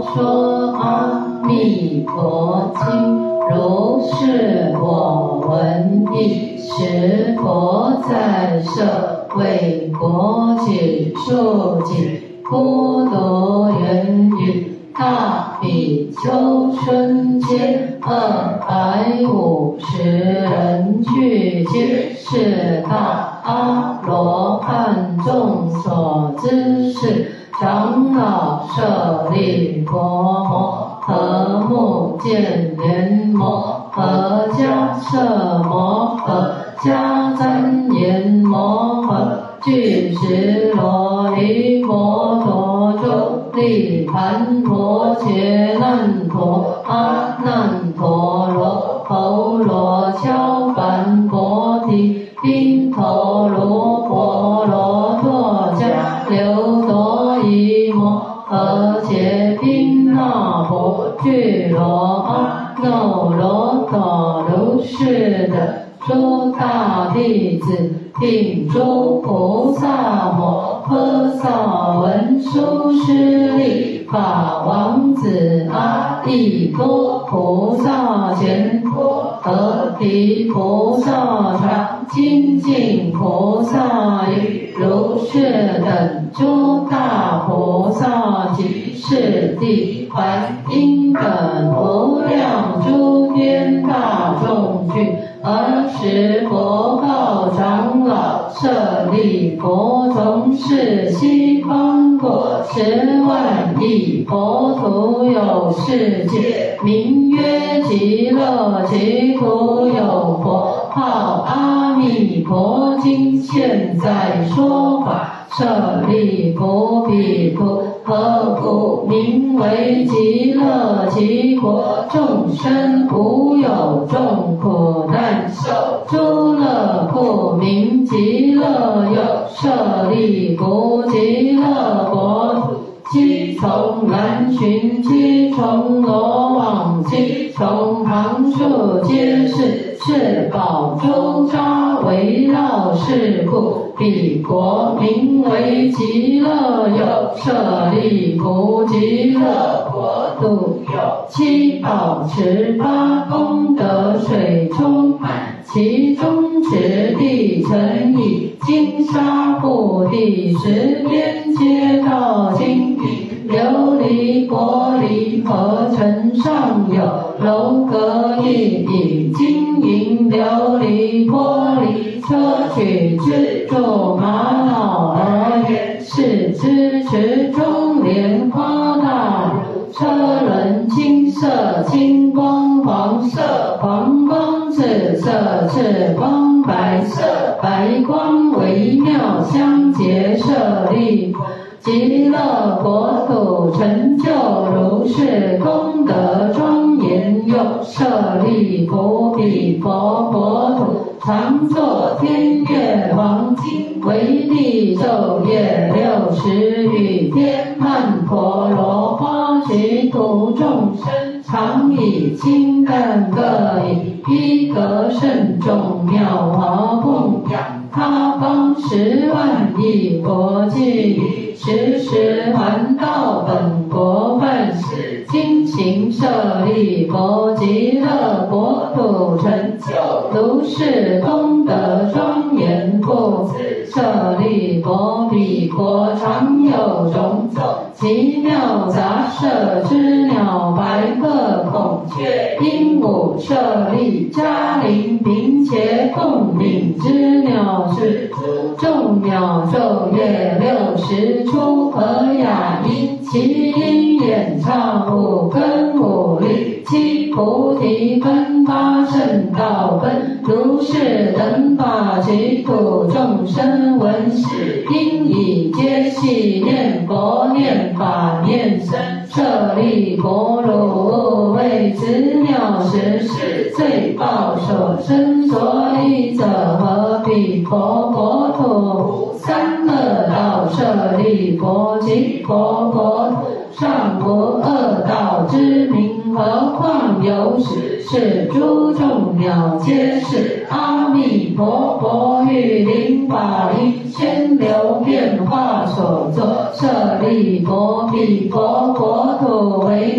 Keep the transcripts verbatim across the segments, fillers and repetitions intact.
说阿弥陀经，如是我闻已。时佛在舍，为国己树己，孤独言语。大比丘春节，二百五十人俱皆，是大阿罗汉众所知事。长老舍利弗摩诃目犍连摩诃迦摄摩诃迦旃延摩诃俱时罗离摩陀周利盘陀伽难陀阿难陀罗侯罗敲梵波提宾陀罗婆罗多迦留多夷摩诃揭宾那婆俱罗阿耨罗陀如是的诸大弟子，并诸菩萨摩诃萨文殊师利法王子阿逸多菩萨前陀诃提菩萨常精进菩萨于如是等诸大菩萨及是地还因等无量诸天大众聚，尔时佛告长老舍利弗，从是西方过十万亿佛土有世界，名曰极乐极土有佛，号阿弥陀经。现在说法，舍利弗彼土，何故名为极乐极国？众生无有众苦难受，诸乐故名极乐有。舍利弗，极乐国土，七重南巡，七重罗网，七重旁树，皆是是宝周匝围绕，是故彼国名为极乐有。舍利弗，极乐国土有七宝池，八功德水充满，其中持地成以金沙布地，十边街道精品，琉璃玻璃合成，上有楼阁一以金银琉璃玻璃，车取之助玛瑙而言，是之池中莲花大如，车轮金色金光，黄色黄光，紫色赤光，白色白光，微妙相结。舍利弗，极乐国土成就如是功德庄严有。舍利弗，彼佛国土常作天乐黄金，为力昼夜六十余天。曼陀罗花其土众生，常以清淡各以一格甚众妙华供养，他方十万亿国际，时时还到本国万事。今行舍利弗，极乐国土成就如是功德庄严故，舍利弗，彼国常有种种奇妙杂色之鸟，白鹤、孔雀、鹦鹉、舍利、迦陵，并且共鸣之鸟是众鸟，昼夜六十出和雅音，其音演唱五根五力，七菩提分八圣道分，如是等法其土众生闻是，应以皆系念佛念法念僧。舍利弗，汝为此鸟实是罪报所生，所以者何？彼佛国土三恶道。舍利弗，其佛国土尚无恶道之名，何况有使？是诸众鸟皆是阿弥陀佛欲灵法音宣流变化所作。舍利弗，彼佛国土为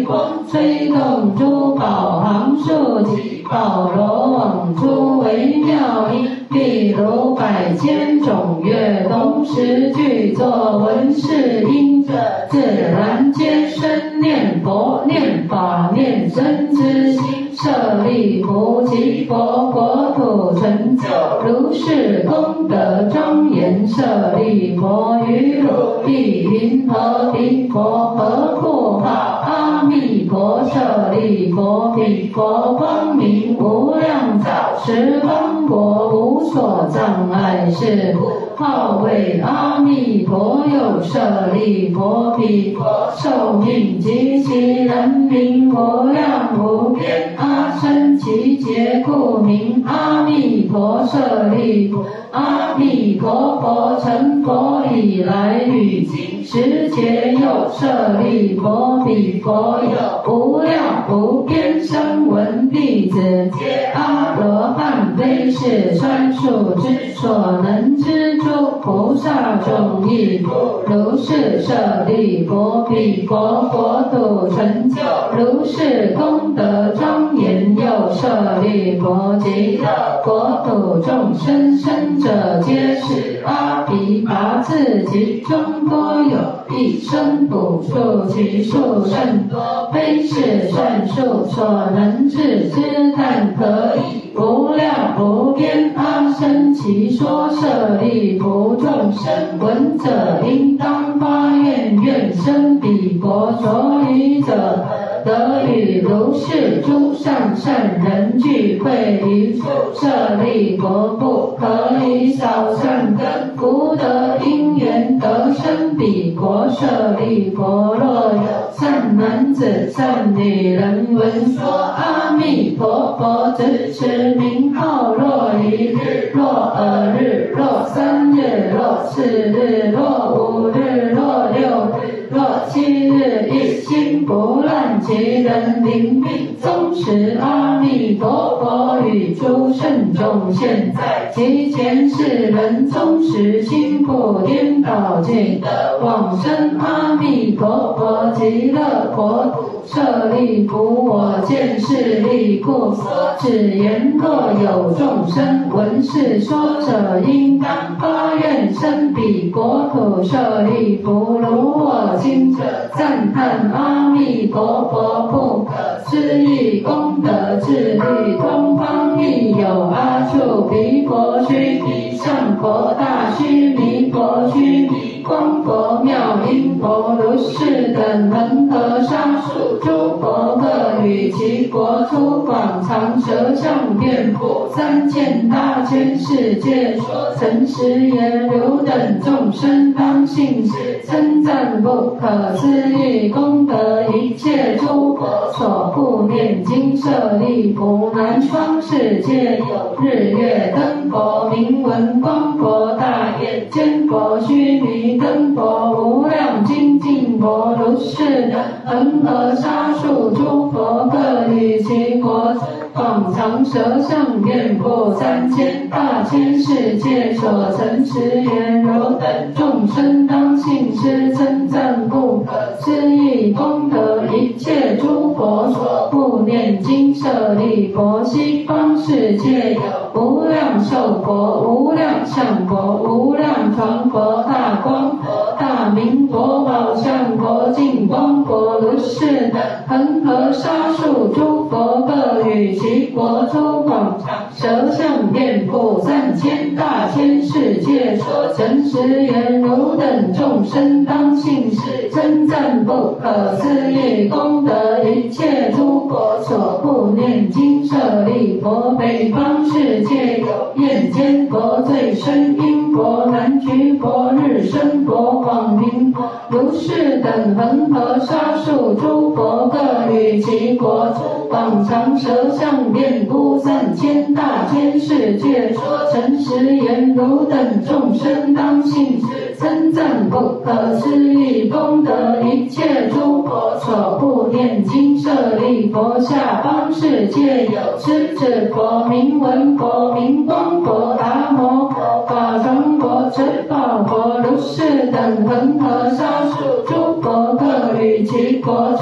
光，吹动诸宝行数及宝罗网诸微妙音，譬如百千种乐，同时具作闻是音者，自然皆生念佛、念法、念僧之心。舍利弗，其佛国土成就如是功德庄严。舍利弗，于汝地云何彼佛何故号阿弥陀？舍利弗，彼佛光明无量早，十方国无所障碍，是故号为阿弥陀。又舍利弗，彼佛寿命及其人民无量无边，阿僧祇劫故名阿弥陀。舍利弗，阿弥陀佛成佛以来，于今时节又舍利弗，彼佛有无量无边声闻弟子，皆阿罗汉，非是算数之所能知。诸菩萨众亦不如是。舍利弗，彼佛国土成就如是功德庄严。又舍利弗，极乐国土众生生者，皆是阿毗跋致，其中多有一生补数，其数甚多，非是算数所能知之，但可以无量无边阿僧祇说。舍利弗，众生闻者应当发愿，愿生彼国所语者，得与如是诸上善人聚会于处。舍利弗，不可以少善根福德因缘得生彼国。舍利弗，若有善男子善女人闻说阿弥陀佛之持名号，若一日，若二日，若三日，若四日，若五日，若六日，若七日，一心不乱，其人灵命终时，阿弥陀佛与诸圣众现在其前世人，终时心不颠倒，尽得往生阿弥陀佛极乐国土。舍利弗，我见是利故说只言，若有众生闻是说者，应当发愿生彼国土。舍利弗，如我今者赞叹阿弥陀佛不可思议功德智力，东方亦有阿处毗佛、须弥上佛、大须弥佛、须弥光佛、妙音佛、如是等恒河沙数诸佛，各于其国出广长舌相，遍布三千大千世界，说诚实言：汝等众生当信是称赞不可思议功德，一切诸佛所不念经。舍利弗，南方世界有日月灯佛、明文光佛、大眼坚佛、须弥灯佛、无量精进佛、如是等恒河沙数诸佛，各于其国出广长舌相，遍布三千大千世界，所诚实言：汝等众生当信是称赞不可思议功德，一切诸佛所不念经。舍利弗，西方世界有无量寿佛、无量相佛、无量传佛、大光佛、大明佛、宝相佛、净光佛、如是等恒河沙数诸佛，各于其国出广长舌相，遍布三千大千世界，说诚实言：汝等众生当信是称赞不可思议功德，一切诸佛所不念经。舍利弗，北方世界有焰坚佛、最深音佛、南居佛、日生佛、广明佛、如是等恒河沙数诸佛，各于其国出广长舌相，遍布三千大千世界，说诚实言：汝等众生当信是称赞不可思议功德，一切诸佛所不念经。舍利弗，下方世界有狮子佛、明文佛、明光佛、达摩佛、法常佛、持宝佛、如是等恒河沙数诸佛，各于其国出广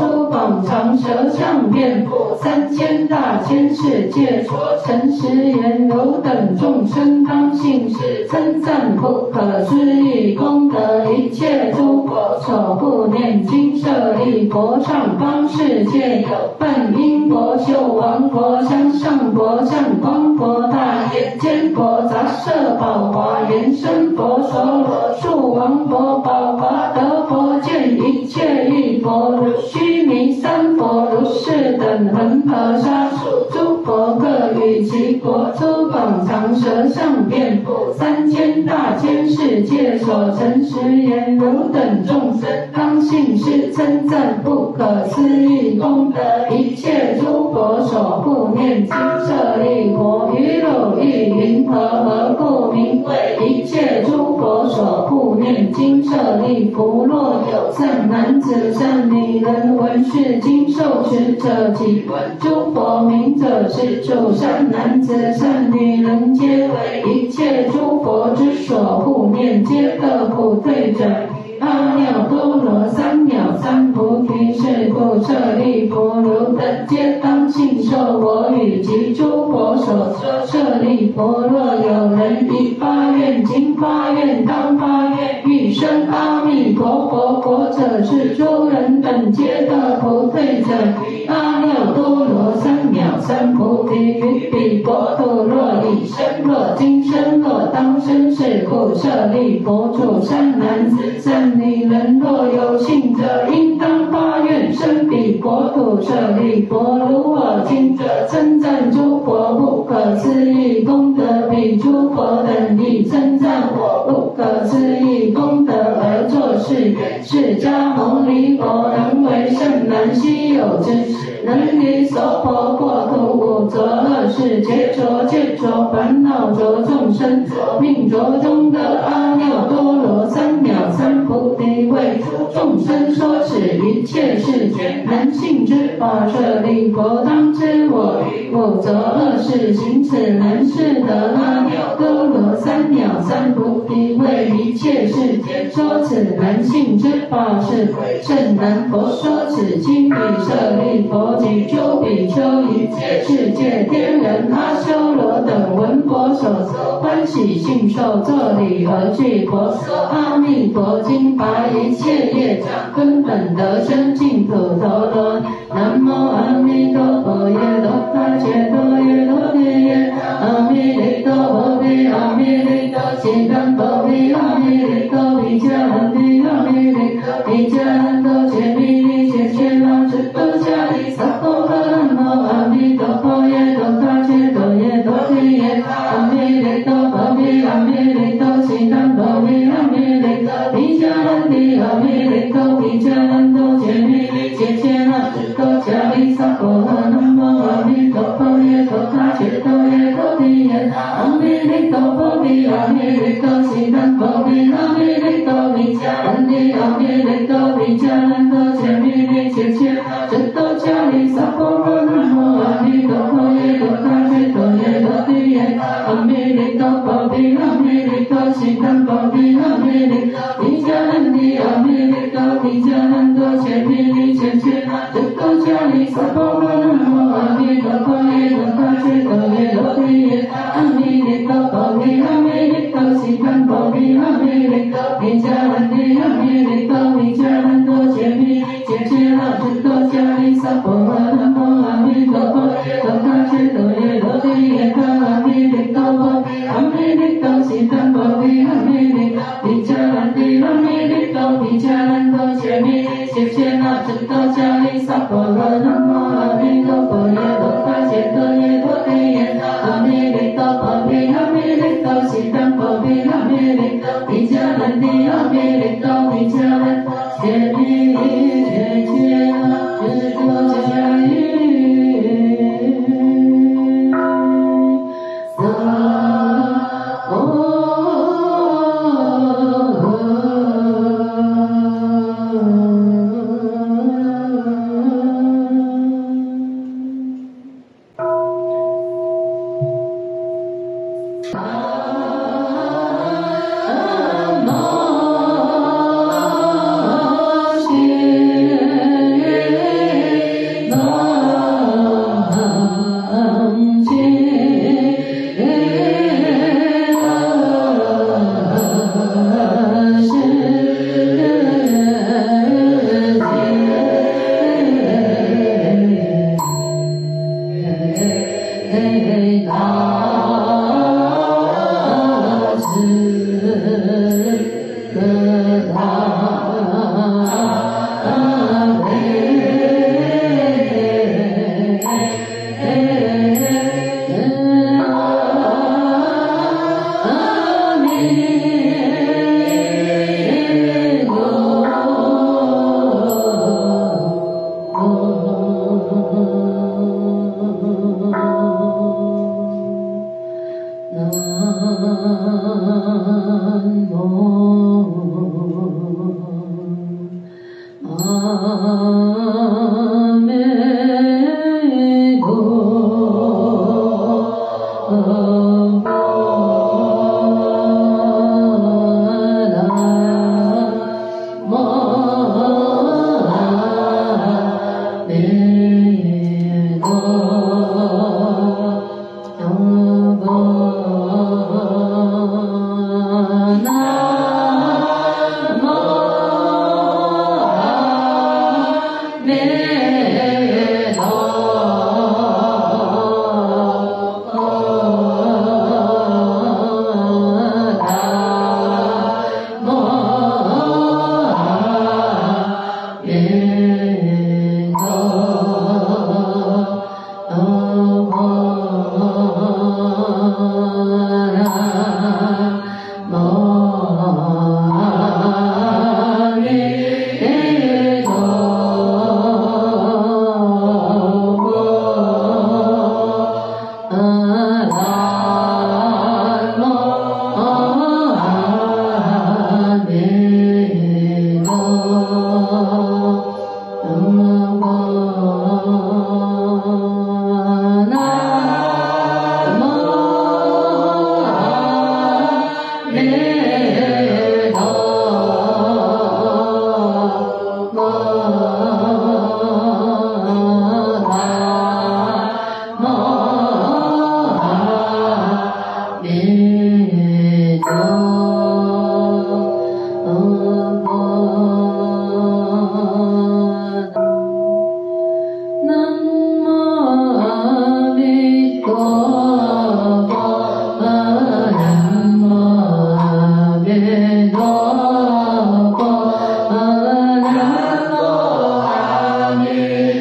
广长舌相遍布三千大千世界，说诚实言，汝等众生当信是称赞不可思议功德，一切诸佛所护念经舍利佛上方世界，有梵音佛、修王佛、香上佛、相光佛、大眼坚佛、杂色宝华延伸佛、所罗树王佛、宝华德佛、见一切义佛、如须弥三佛、如是等恒河沙数诸佛，各与其国诸广长舌相遍布三千大千世界，所诚实言，汝等众生当信是称赞不可思议功德，一切诸佛所护念经舍利佛，于汝意云何？何故名为一切诸佛所护念经舍利佛？若有善男子善女人闻是经受持者，即闻诸佛名者，是诸善男子善女人皆为一切诸佛之所护念，皆各不退者。阿耨多罗三藐三菩提，是故舍利弗，汝等皆当信受我语及诸佛所说。舍利弗，若有人以发愿经发愿当发愿，欲生阿弥陀佛国者，是诸人等皆各不退者。阿耨多罗三藐三菩提，于彼国土若已生，若今生，若当生，是故舍利弗，诸善男子善女人若有信者，应当发愿生彼国土。舍利弗，如我今者称赞诸佛不可思议功德，彼诸佛等亦称赞我不可思议功德，而作是言：释迦牟尼佛能为甚难稀有之事，能于娑婆国土五浊恶世劫浊见浊烦恼浊众生浊命浊中的阿耨多罗三藐三菩提，为诸众生说此一切世间难信之法。舍利弗，当知我于五浊恶世行此难事得阿耨多罗三藐三菩提，为一切世间说此难信之法。是为甚难佛说此经，彼舍利弗及诸比丘一切世界天人阿修罗等闻佛所说，欢喜信受，作礼而具。佛说阿弥陀经，拔一切业障，根本得生净土陀罗。南无阿弥陀佛，耶多他切多耶多尼耶，阿弥利多婆毗，阿弥利多悉檀婆毗，阿弥利多毗迦兰帝，阿弥利多毗迦兰多揭弥尼揭揭那智多迦利萨婆诃。南无阿弥陀佛，耶多他切多耶多尼耶，阿弥利多婆毗，阿弥利多悉檀婆毗，阿弥利多毗迦兰帝，阿弥利多毗迦兰多揭弥尼揭揭那智多迦利萨婆诃。南无阿弥陀佛，耶多他切多耶多尼耶，阿弥利多婆毗，阿弥利多悉檀婆毗，阿弥利多毗迦兰帝，阿弥利多毗迦兰多揭弥尼揭揭那智多迦利萨婆诃。南无阿弥陀佛，耶多他切多耶多尼耶，阿弥利多婆毗，阿弥利多悉檀婆毗，阿弥利多毗迦兰帝，阿弥利多毗迦兰多揭弥尼揭揭那智多迦利萨婆诃。南无阿弥陀佛，耶多他切多耶多尼耶，阿弥利多婆毗，阿弥利多悉檀婆毗，阿弥利多毗迦兰帝，阿弥利多毗迦兰多揭弥尼揭揭那智多迦利萨婆诃。南无阿弥陀佛，耶多他切多耶多尼耶，阿弥利多婆毗，阿弥利多悉檀婆毗，阿弥利多毗迦兰帝，阿弥利多毗迦兰多揭弥尼揭揭那智多迦利萨婆诃。南无阿弥陀佛，耶多他切多耶多尼耶，阿弥利多婆毗，阿弥利多悉檀婆毗，阿弥利多毗迦兰帝，阿弥利多毗迦兰多揭弥尼揭揭那智多迦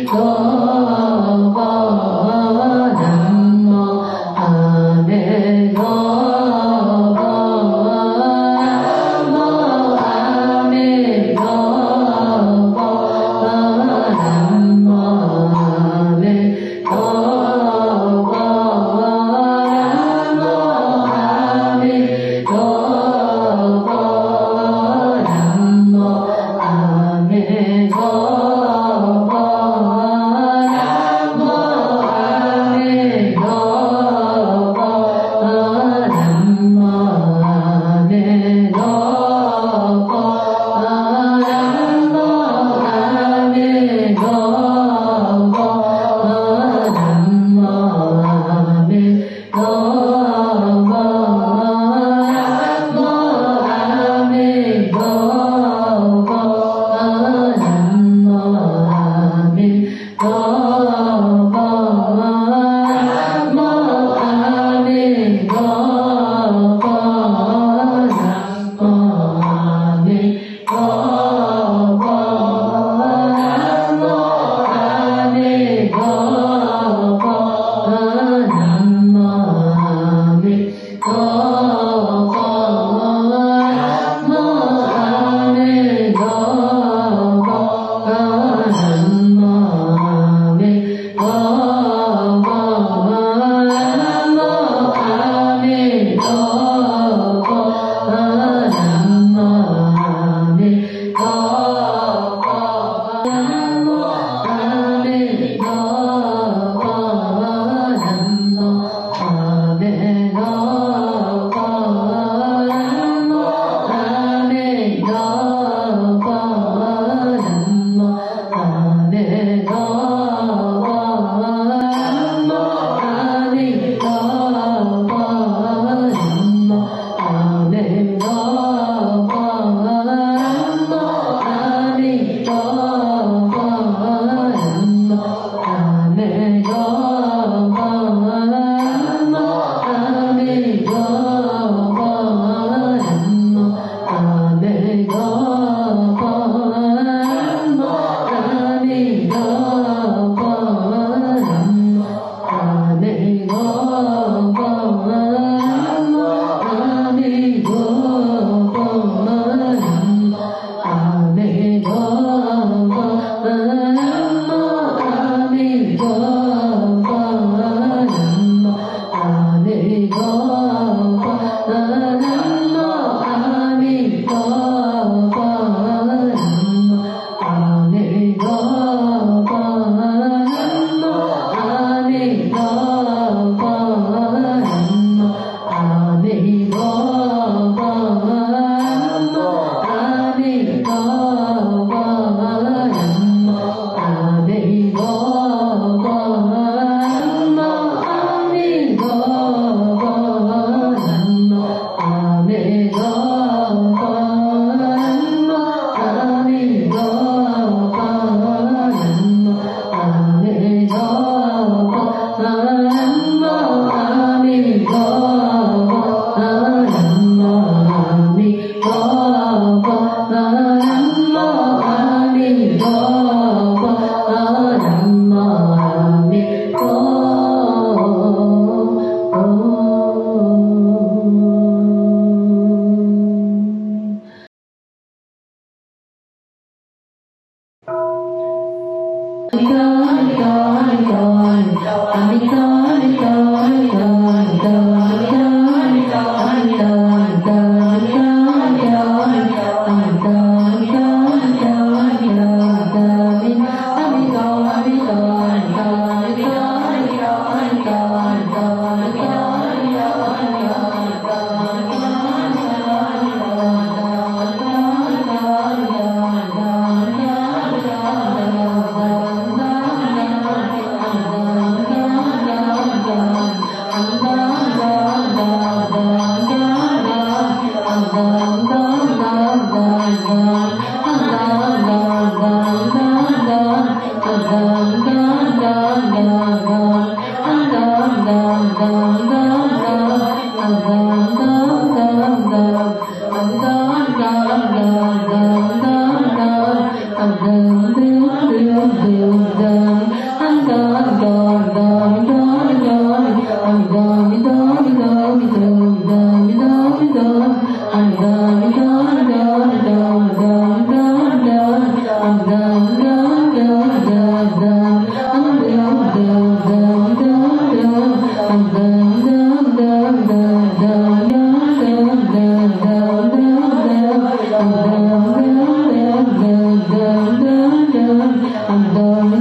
Thank you.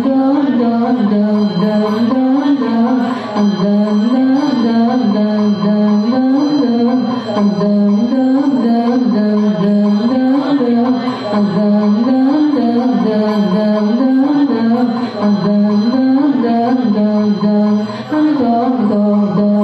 dum dum dum